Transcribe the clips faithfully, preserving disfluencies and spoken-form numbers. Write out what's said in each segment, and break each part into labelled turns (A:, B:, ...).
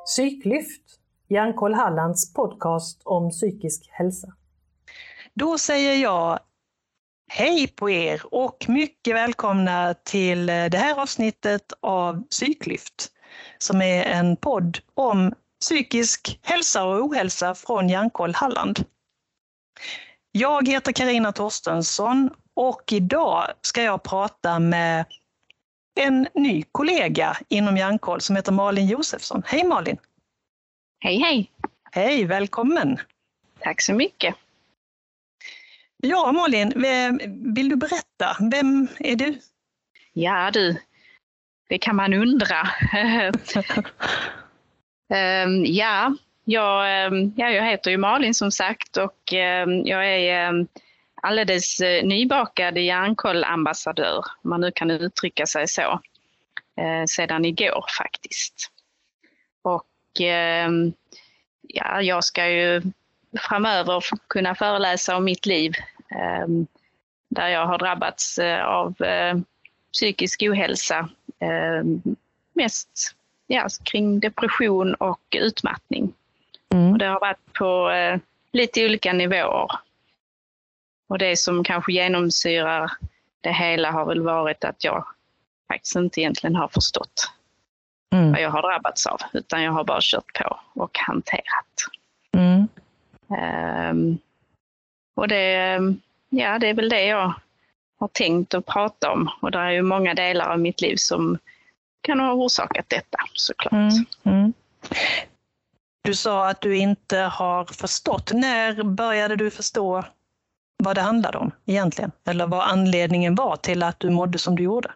A: Psyklyft, Hjärnkoll Hallands podcast om psykisk hälsa.
B: Då säger jag hej på er och mycket välkomna till det här avsnittet av Psyklyft, som är en podd om psykisk hälsa och ohälsa från Hjärnkoll Halland. Jag heter Carina Torstensson och idag ska jag prata med en ny kollega inom Hjärnkoll som heter Malin Josefsson. Hej Malin!
C: Hej hej!
B: Hej, välkommen!
C: Tack så mycket!
B: Ja Malin, vill du berätta? Vem är du?
C: Ja du, det kan man undra. um, ja, jag, ja, jag heter ju Malin som sagt och um, jag är um, alldeles uh, nybakad Hjärnkoll-ambassadör, om man nu kan uttrycka sig så, uh, sedan igår faktiskt. Och uh, ja, jag ska ju framöver kunna föreläsa om mitt liv uh, där jag har drabbats uh, av uh, psykisk ohälsa, uh, mest ja, kring depression och utmattning. Mm. Och det har varit på uh, lite olika nivåer. Och det som kanske genomsyrar det hela har väl varit att jag faktiskt inte egentligen har förstått mm. vad jag har drabbats av. Utan jag har bara kört på och hanterat. Mm. Um, och det, ja, det är väl det jag har tänkt att prata om. Och det är ju många delar av mitt liv som kan ha orsakat detta, såklart. Mm. Mm.
B: Du sa att du inte har förstått. När började du förstå vad det handlade om egentligen? Eller vad anledningen var till att du mådde som du gjorde?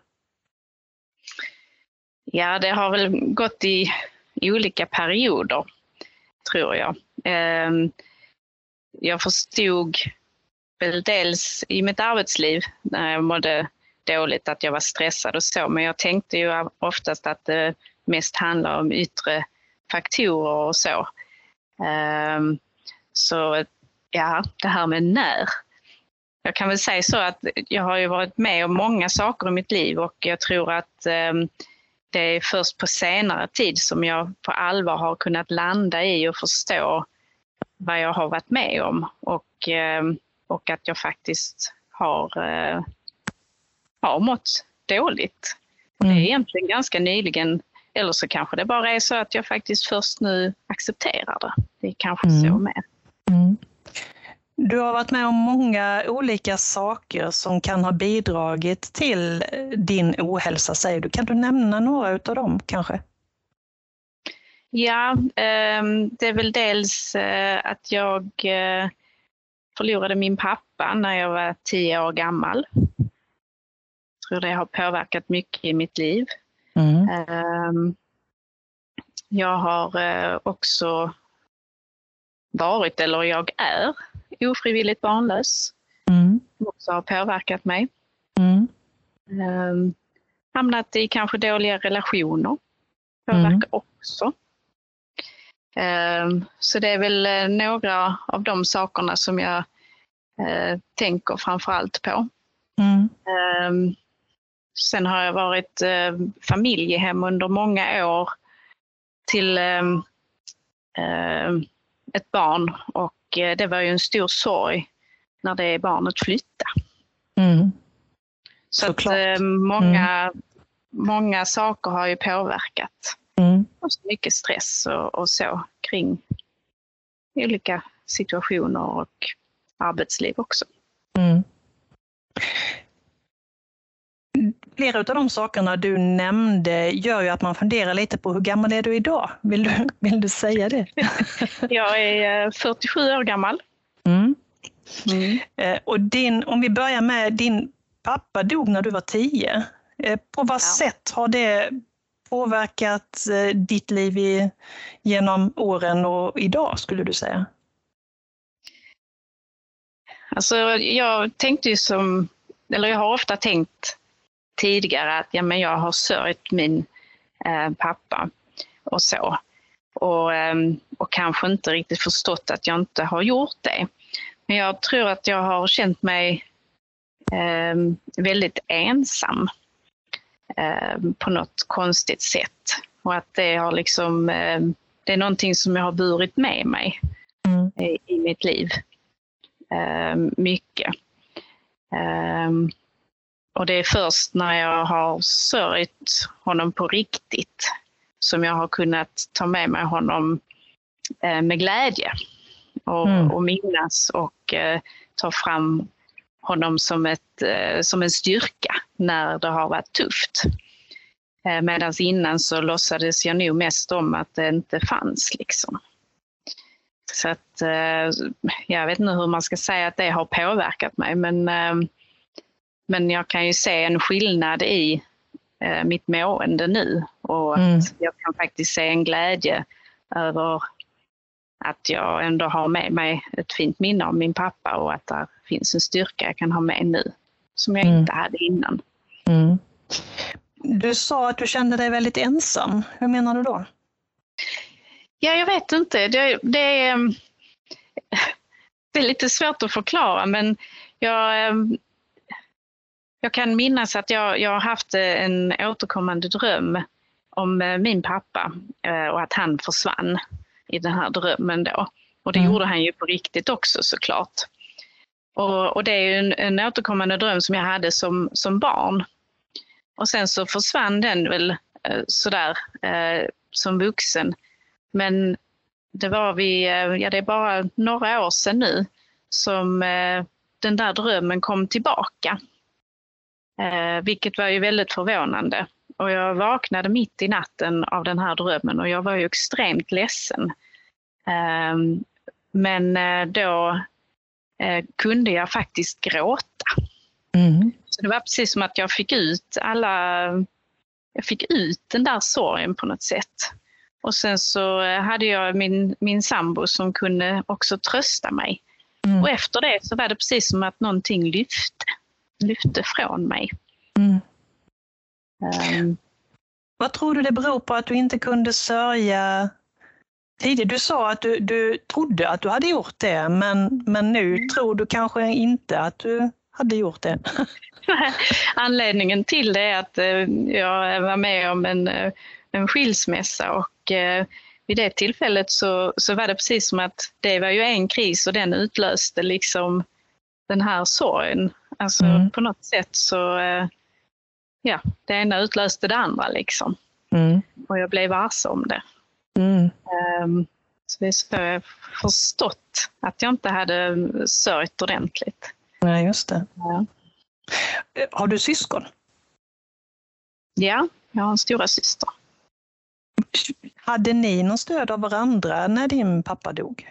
C: Ja, det har väl gått i, i olika perioder, tror jag. Eh, jag förstod väl dels i mitt arbetsliv när jag mådde dåligt att jag var stressad och så. Men jag tänkte ju oftast att det mest handlar om yttre faktorer och så. Eh, så ja, det här med när. Jag kan väl säga så att jag har ju varit med om många saker i mitt liv och jag tror att eh, det är först på senare tid som jag på allvar har kunnat landa i och förstå vad jag har varit med om och, eh, och att jag faktiskt har, eh, har mått dåligt. Och det är egentligen ganska nyligen, eller så kanske det bara är så att jag faktiskt först nu accepterar det. Det är kanske mm. så med.
B: Mm. Du har varit med om många olika saker som kan ha bidragit till din ohälsa, säger du. Kan du nämna några av dem kanske?
C: Ja, det är väl dels att jag förlorade min pappa när jag var tio år gammal. Jag tror det har påverkat mycket i mitt liv. Mm. Jag har också varit, eller jag är, ofrivilligt barnlös. Mm. Som också har påverkat mig. Mm. Um, hamnat i kanske dåliga relationer. Påverkar mm. också. Um, så det är väl några av de sakerna som jag uh, tänker framförallt på. Mm. Um, sen har jag varit uh, familjehem under många år till um, uh, ett barn och det var ju en stor sorg när det barnet flyttade. Mm. Så, Så att eh, många, mm. många saker har ju påverkat. Mm. Och så mycket stress och, och så kring olika situationer och arbetsliv också. Mm.
B: Flera av de sakerna du nämnde gör ju att man funderar lite på hur gammal är du idag? Vill du, vill du säga det?
C: Jag är fyrtiosju år gammal.
B: Mm. Mm. Och din, om vi börjar med din pappa dog när du var tio. På vad ja. sätt har det påverkat ditt liv i, genom åren och idag, skulle du säga?
C: Alltså jag tänkte ju som, eller jag har ofta tänkt tidigare att ja, men jag har sörjt min eh, pappa och så. Och, eh, och kanske inte riktigt förstått att jag inte har gjort det. Men jag tror att jag har känt mig eh, väldigt ensam eh, på något konstigt sätt. Och att det har liksom eh, det är någonting som jag har burit med mig
B: Mm.
C: i, i mitt liv. Eh, mycket. Eh, och det är först när jag har sörjt honom på riktigt som jag har kunnat ta med mig honom eh, med glädje och,
B: Mm.
C: och minnas och eh, ta fram honom som, ett, eh, som en styrka när det har varit tufft. Eh, Medan innan så låtsades jag nog mest om att det inte fanns liksom. Så att eh, jag vet inte hur man ska säga att det har påverkat mig, men, eh, men jag kan ju se en skillnad i eh, mitt mående nu och
B: Mm.
C: att jag kan faktiskt se en glädje över att jag ändå har med mig ett fint minne av min pappa och att det finns en styrka jag kan ha med nu som jag
B: Mm.
C: inte hade innan.
B: Mm. Du sa att du kände dig väldigt ensam. Hur menar du då?
C: Ja, jag vet inte. Det, det, är, det är lite svårt att förklara, men jag, jag kan minnas att jag, jag har haft en återkommande dröm om min pappa och att han försvann i den här drömmen då. Och det
B: Mm.
C: gjorde han ju på riktigt också såklart. Och, och det är ju en, en återkommande dröm som jag hade som, som barn. Och sen så försvann den väl eh, sådär eh, som vuxen. Men det var vi, eh, ja det är bara några år sedan nu som eh, den där drömmen kom tillbaka. Eh, vilket var ju väldigt förvånande. Och jag vaknade mitt i natten av den här drömmen och jag var ju extremt ledsen. Eh, men eh, då eh, kunde jag faktiskt gråta.
B: Mm.
C: Så det var precis som att jag fick ut alla, jag fick ut den där sorgen på något sätt. Och sen så hade jag min, min sambo som kunde också trösta mig.
B: Mm.
C: Och efter det så var det precis som att någonting lyfte, lyfte från mig.
B: Mm.
C: Um,
B: Vad tror du det beror på att du inte kunde sörja tidigare? Du sa att du, du trodde att du hade gjort det, men, men nu
C: Mm.
B: tror du kanske inte att du hade gjort det.
C: Anledningen till det är att eh, jag var med om en, eh, en skilsmässa och eh, vid det tillfället så, så var det precis som att det var ju en kris och den utlöste liksom den här sorgen. Alltså
B: Mm.
C: på något sätt så, eh, ja, det ena utlöste det andra liksom.
B: Mm.
C: Och jag blev varse om det.
B: Mm.
C: Um, så det är så jag har förstått att jag inte hade sörjt ordentligt.
B: Nej, just det.
C: Ja.
B: Har du syskon?
C: Ja, jag har en stora syster.
B: Hade ni någon stöd av varandra när din pappa dog?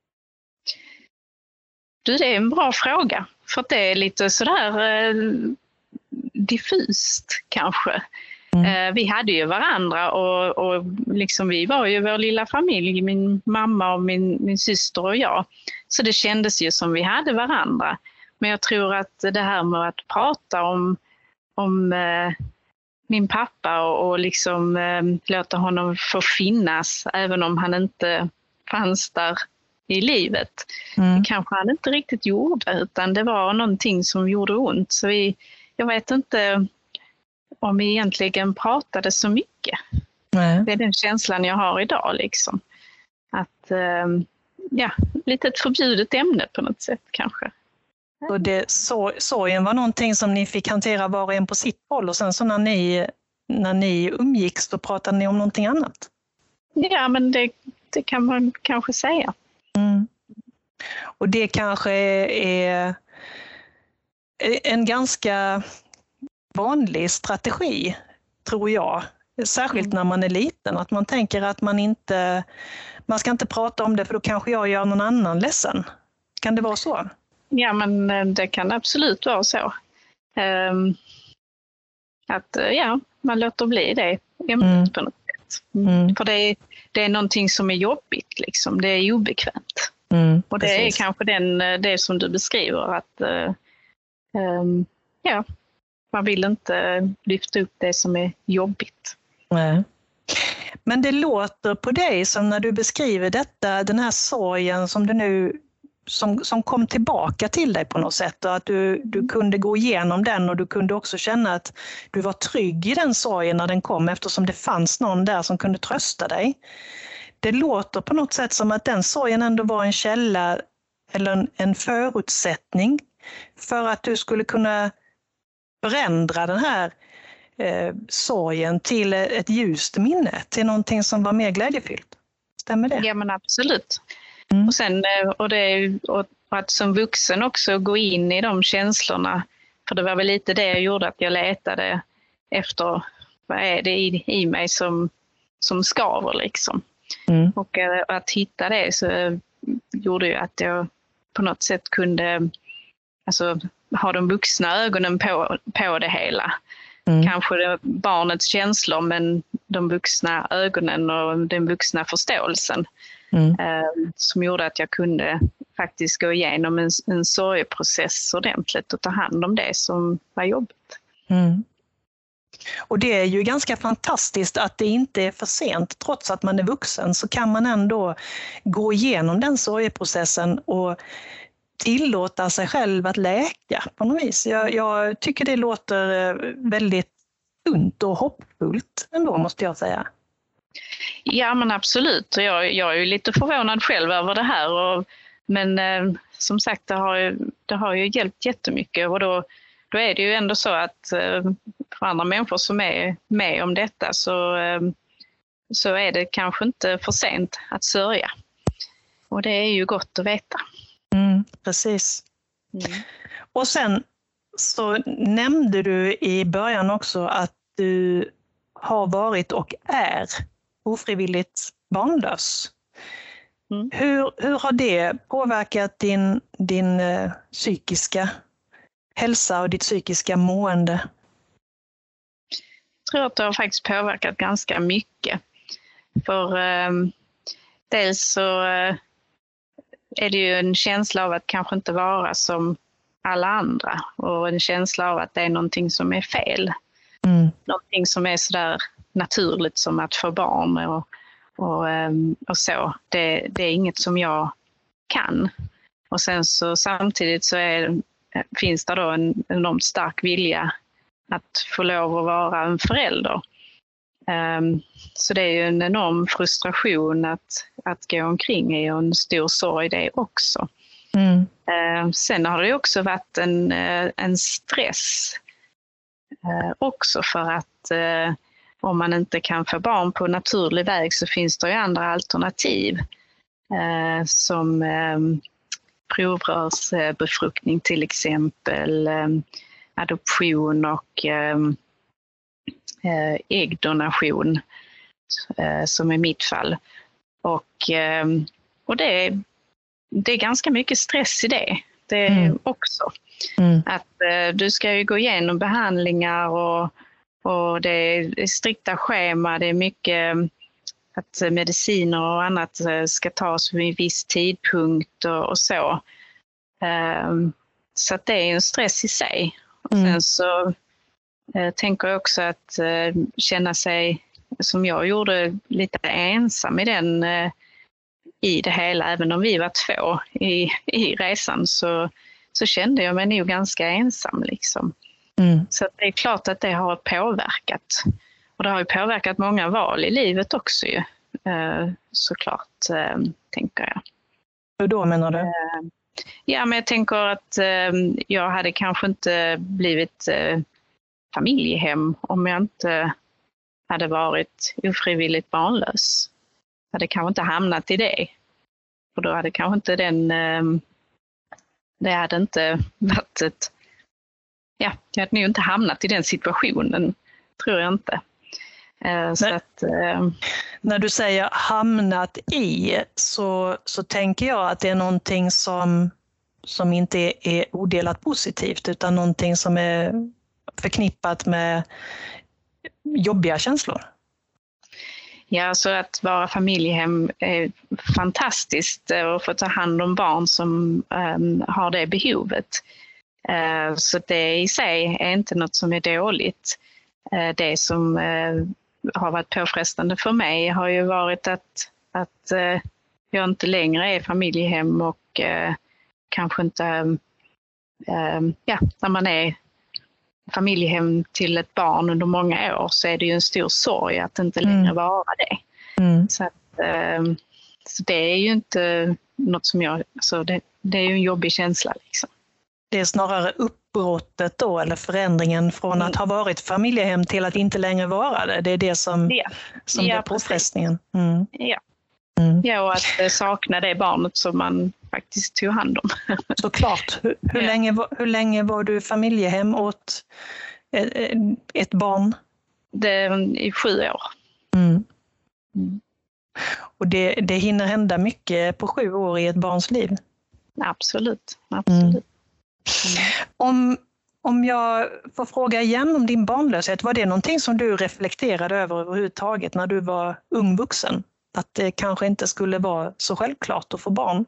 C: Du, det är en bra fråga. För att det är lite sådär eh, diffust kanske.
B: Mm.
C: Eh, vi hade ju varandra och, och liksom vi var ju vår lilla familj, min mamma och min, min syster och jag. Så det kändes ju som vi hade varandra. Men jag tror att det här med att prata om, om eh, min pappa och, och liksom eh, låta honom få finnas även om han inte fanns där i livet.
B: Mm.
C: Det kanske han inte riktigt gjorde utan det var någonting som gjorde ont. Så vi, jag vet inte om vi egentligen pratade så mycket.
B: Nej.
C: Det är den känslan jag har idag liksom. Att, eh, ja, lite ett förbjudet ämne på något sätt kanske.
B: Och det, så, sorgen var någonting som ni fick hantera var och en på sitt håll och sen så när ni, när ni umgicks så pratade ni om någonting annat?
C: Ja, men det, det kan man kanske säga.
B: Mm. Och det kanske är en ganska vanlig strategi, tror jag. Särskilt
C: Mm.
B: när man är liten, att man tänker att man inte, man ska inte prata om det för då kanske jag gör någon annan ledsen. Kan det vara så?
C: Ja, men det kan absolut vara så. Um, att ja, man låter bli det ämnet
B: Mm.
C: på något sätt. Mm.
B: Mm.
C: För det är, det är någonting som är jobbigt, liksom. Det är obekvämt.
B: Mm,
C: Och det
B: precis.
C: är kanske den, det som du beskriver, att uh, um, ja, man vill inte lyfta upp det som är jobbigt.
B: Nej. Men det låter på dig som när du beskriver detta, den här sorgen som du nu som, som kom tillbaka till dig på något sätt och att du, du kunde gå igenom den och du kunde också känna att du var trygg i den sorgen när den kom eftersom det fanns någon där som kunde trösta dig. det låter på något sätt som att den sorgen ändå var en källa eller en, en förutsättning för att du skulle kunna förändra den här eh, sorgen till ett ljust minne, till någonting som var mer glädjefyllt. Stämmer det?
C: Ja, men absolut.
B: Mm.
C: Och, sen, och, det, och att som vuxen också gå in i de känslorna. För det var väl lite det jag gjorde, att jag letade efter vad är det i, i mig som, som skaver liksom.
B: Mm.
C: Och att hitta det så gjorde ju att jag på något sätt kunde alltså, ha de vuxna ögonen på, på det hela. Mm. Kanske det barnets känslor, men de vuxna ögonen och den vuxna förståelsen. Mm. Eh, som gjorde att jag kunde faktiskt gå igenom en, en sorgeprocess ordentligt och ta hand om det som var jobbigt.
B: Mm. Och det är ju ganska fantastiskt att det inte är för sent. Trots att man är vuxen så kan man ändå gå igenom den sorgeprocessen och tillåta sig själv att läka på något vis. Jag, jag tycker det låter väldigt sunt och hoppfullt ändå, måste jag säga.
C: Ja, men absolut. Jag, jag är ju lite förvånad själv över det här. Och, men eh, som sagt, det har, ju, det har ju hjälpt jättemycket. Och då, då är det ju ändå så att eh, för andra människor som är med om detta så, eh, så är det kanske inte för sent att sörja. Och det är ju gott att veta.
B: Mm, precis. Mm. Och sen så nämnde du i början också att du har varit och är ofrivilligt barnlös. Mm. Hur, hur har det påverkat din, din uh, psykiska hälsa och ditt psykiska mående?
C: Jag tror att det har faktiskt påverkat ganska mycket. För um, dels så uh, är det ju en känsla av att kanske inte vara som alla andra. Och en känsla av att det är någonting som är fel. Mm. Någonting som är sådär naturligt som att få barn och, och, och så. Det, det är inget som jag kan. Och sen så samtidigt så är, finns det då en enormt stark vilja att få lov att vara en förälder. Um, så det är ju en enorm frustration att, att gå omkring i och en stor sorg det också. Mm. Uh, sen har det också varit en, uh, en stress uh, också för att uh, om man inte kan få barn på naturlig väg så finns det ju andra alternativ uh, som um, provrörsbefruktning till exempel, um, adoption och um, uh, äggdonation uh, som är mitt fall. Och, um, och det är Det är ganska mycket stress i det, det mm. också. Mm. Att eh, du ska ju gå igenom behandlingar och, och det är strikta schema, det är mycket att mediciner och annat ska tas vid en viss tidpunkt och, och så. Um, så att det är en stress i sig. Och mm. sen så eh, tänker jag också att eh, känna sig, som jag gjorde, lite ensam i den eh, i det hela. Även om vi var två i, i resan så, så kände jag mig nog ganska ensam. Liksom. Mm. Så det är klart att det har påverkat. Och det har ju påverkat många val i livet också ju. Eh, såklart, eh, tänker jag.
B: Hur då menar du?
C: Eh, ja, men jag tänker att eh, jag hade kanske inte blivit eh, familjehem om jag inte hade varit ofrivilligt barnlös. Hade kanske inte hamnat i det. Och då hade kanske inte den, det hade inte varit ett, ja, jag hade nog inte hamnat i den situationen, tror jag inte. Så att,
B: när du säger hamnat i så, så tänker jag att det är någonting som, som inte är, är odelat positivt utan någonting som är förknippat med jobbiga känslor.
C: Ja, så att vara familjehem är fantastiskt och få ta hand om barn som um, har det behovet. Uh, så det i sig är inte något som är dåligt. Uh, det som uh, har varit påfrestande för mig har ju varit att, att uh, jag inte längre är familjehem och uh, kanske inte, uh, ja, när man är familjehem till ett barn under många år så är det ju en stor sorg att inte längre mm. vara det. Mm. Så att um, så det är ju inte något som jag, alltså det, det är ju en jobbig känsla liksom.
B: Det är snarare uppbrottet då, eller förändringen från att ha varit familjehem till att inte längre vara det. Det är det som,
C: ja.
B: som
C: ja,
B: är påfrestningen. Mm.
C: Ja.
B: Mm.
C: ja, och att sakna det barnet som man faktiskt tog hand om.
B: Såklart. Hur, hur,
C: ja.
B: länge, hur länge var du familjehem åt ett, ett barn?
C: Det, I sju år.
B: Mm.
C: Mm.
B: Och det, det hinner hända mycket på sju år i ett barns liv?
C: Absolut, absolut. Mm.
B: Mm. Om, om jag får fråga igen om din barnlöshet, var det någonting som du reflekterade över överhuvudtaget när du var ung vuxen? Att det kanske inte skulle vara så självklart att få barn?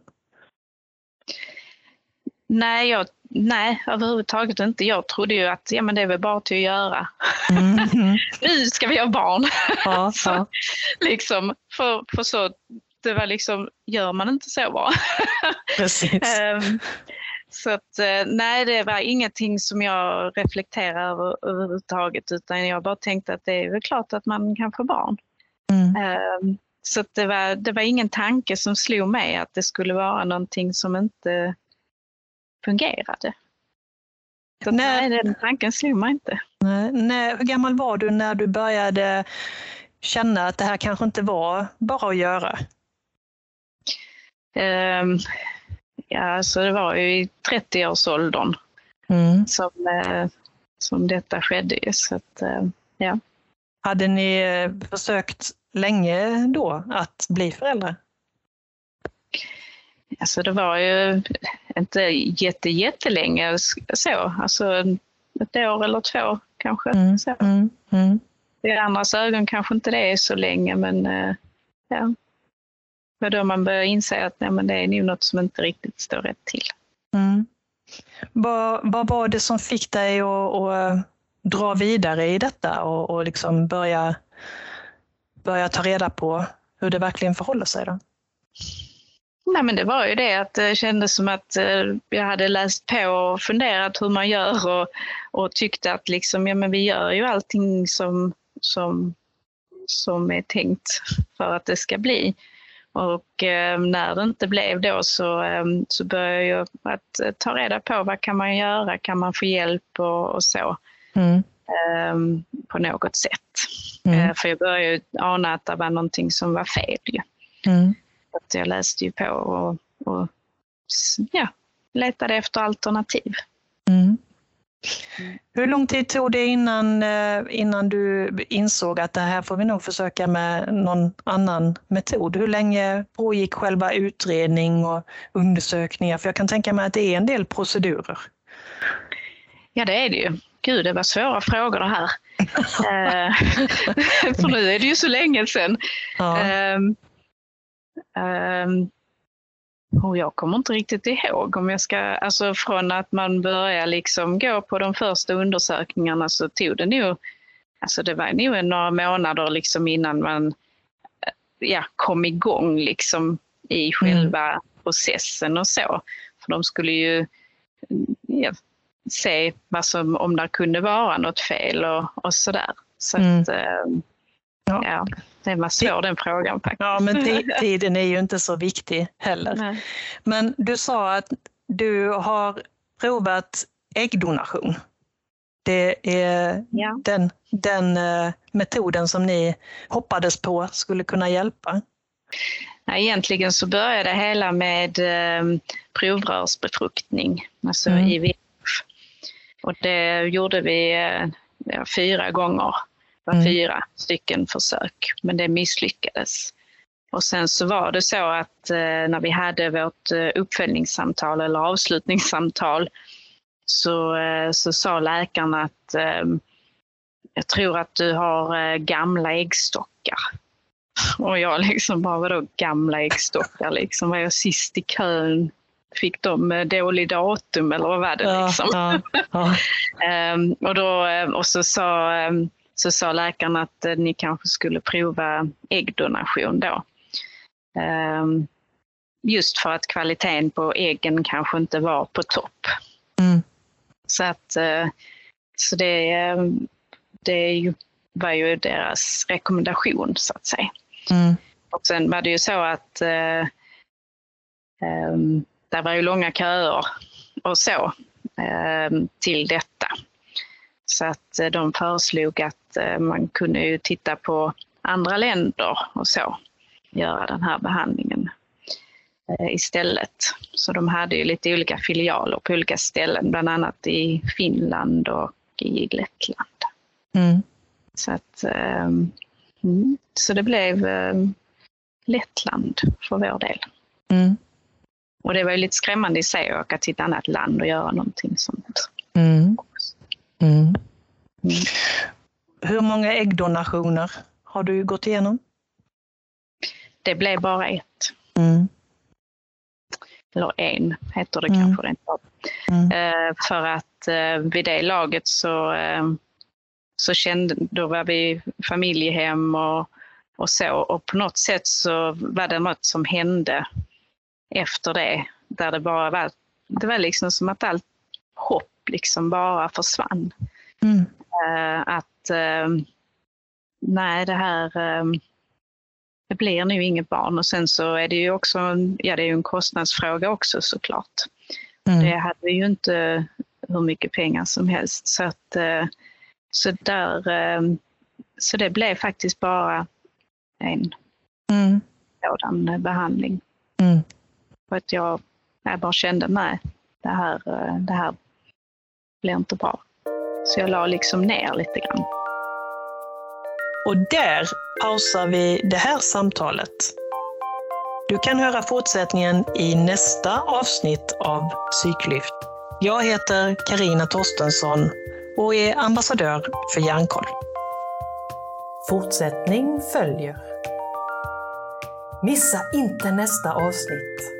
C: Nej, jag, nej överhuvudtaget inte. Jag trodde ju att ja, men det är väl bara till att göra. Mm. Nu ska vi ha barn.
B: Ja,
C: så,
B: ja.
C: Liksom, för, för så, det var liksom, gör man inte så bra.
B: Precis.
C: um, så att, nej, det var ingenting som jag reflekterar över överhuvudtaget, utan jag bara tänkte att det är väl klart att man kan få barn. Mm. Um, så att det, var, det var ingen tanke som slog mig att det skulle vara någonting som inte fungerade. Så nej, nej, den tanken slog mig inte.
B: Nej, nej, hur gammal var du när du började känna att det här kanske inte var bara att göra?
C: Um, ja, så det var ju i trettioårsåldern mm. som, uh, som detta skedde. Så att, uh, ja.
B: Hade ni försökt länge då att bli föräldrar?
C: Alltså det var ju inte jätte, jättelänge så, alltså ett år eller två kanske.
B: Mm,
C: så.
B: Mm, mm.
C: I andras ögon kanske inte det är så länge, men ja. Men då man börjar inse att nej, men det är nog något som inte riktigt står rätt till.
B: Mm. Vad, vad var det som fick dig att, att dra vidare i detta och, och liksom börja, börja ta reda på hur det verkligen förhåller sig då?
C: Nej, men det var ju det att det kändes som att jag hade läst på och funderat hur man gör och, och tyckte att liksom, ja, men vi gör ju allting som, som, som är tänkt för att det ska bli. Och eh, när det inte blev då så, eh, så började jag att eh, ta reda på vad kan man göra, kan man få hjälp och, och så mm. eh, på något sätt. Mm. Eh, för jag började ju ana att det var någonting som var fel. Mm. Att jag läste ju på och, och ja, letade efter alternativ.
B: Mm. Hur lång tid tog det innan, innan du insåg att det här får vi nog försöka med någon annan metod? Hur länge pågick själva utredning och undersökningar? För jag kan tänka mig att det är en del procedurer.
C: Ja, det är det ju. Gud, det var svåra frågor det här. För nu är det ju så länge sedan. Ja. Um, um, Och jag kommer inte riktigt ihåg om jag ska, alltså från att man börjar liksom gå på de första undersökningarna så tog det nog, alltså det var nog några månader liksom innan man ja, kom igång liksom i själva mm. processen och så. För de skulle ju ja, se vad som, om det kunde vara något fel och, och sådär. Så mm. att, ja. ja. Det var svår den frågan faktiskt.
B: Ja, men tiden är ju inte så viktig heller. Nej. Men du sa att du har provat äggdonation. Det är ja. den, den metoden som ni hoppades på skulle kunna hjälpa.
C: Ja, egentligen så började det hela med eh, provrörsbefruktning, alltså mm. I V F. Och det gjorde vi eh, ja, fyra gånger. Det var mm. fyra stycken försök, men det misslyckades. Och sen så var det så att eh, när vi hade vårt eh, uppföljningssamtal eller avslutningssamtal så, eh, så sa läkarna att eh, jag tror att du har eh, gamla äggstockar. Och jag liksom bara, vadå gamla äggstockar? Liksom, var jag sist i kön? Fick de eh, dålig datum eller vad var det liksom? Ja, ja, ja. um, och, då, och så sa... Um, så sa läkaren att ni kanske skulle prova äggdonation då. Um, just för att kvaliteten på äggen kanske inte var på topp. Mm. Så, att, uh, så det, det var ju deras rekommendation så att säga. Mm. Och sen var det ju så att eh, eh, det var ju långa köer och så eh, till detta. Så att eh, de föreslog att eh, man kunde ju titta på andra länder och så, göra den här behandlingen eh, istället. Så de hade ju lite olika filialer på olika ställen, bland annat i Finland och i Lettland.
B: Mm.
C: Så att eh, mm, så det blev eh, Lettland för vår del.
B: Mm.
C: Och det var ju lite skrämmande i sig att åka till ett annat land och göra någonting sånt.
B: Mm. Mm.
C: Mm.
B: Hur många äggdonationer har du gått igenom?
C: Det blev bara ett.
B: Mm.
C: Eller en heter det
B: Mm.
C: kanske rent av.
B: Mm.
C: Eh, för att eh, vid det laget så, eh, så kände, då var vi familjehem och, och så. Och på något sätt så var det något som hände efter det. Där det bara var, det var liksom som att allt hopp liksom bara försvann.
B: Mm.
C: Eh, att eh, nej, det här eh, det blir nu inget barn. Och sen så är det ju också, ja, det är ju en kostnadsfråga också såklart.
B: Mm.
C: Det hade vi ju inte hur mycket pengar som helst. Så att eh, så där eh, så det blev faktiskt bara en
B: Mm.
C: sådan behandling.
B: Mm.
C: För att jag, jag bara kände, nej, det här, eh, det här blir inte bra. Så jag la liksom ner lite grann.
B: Och där pausar vi det här samtalet. Du kan höra fortsättningen i nästa avsnitt av Psyklyft. Jag heter Carina Torstensson och är ambassadör för Hjärnkoll.
A: Fortsättning följer. Missa inte nästa avsnitt.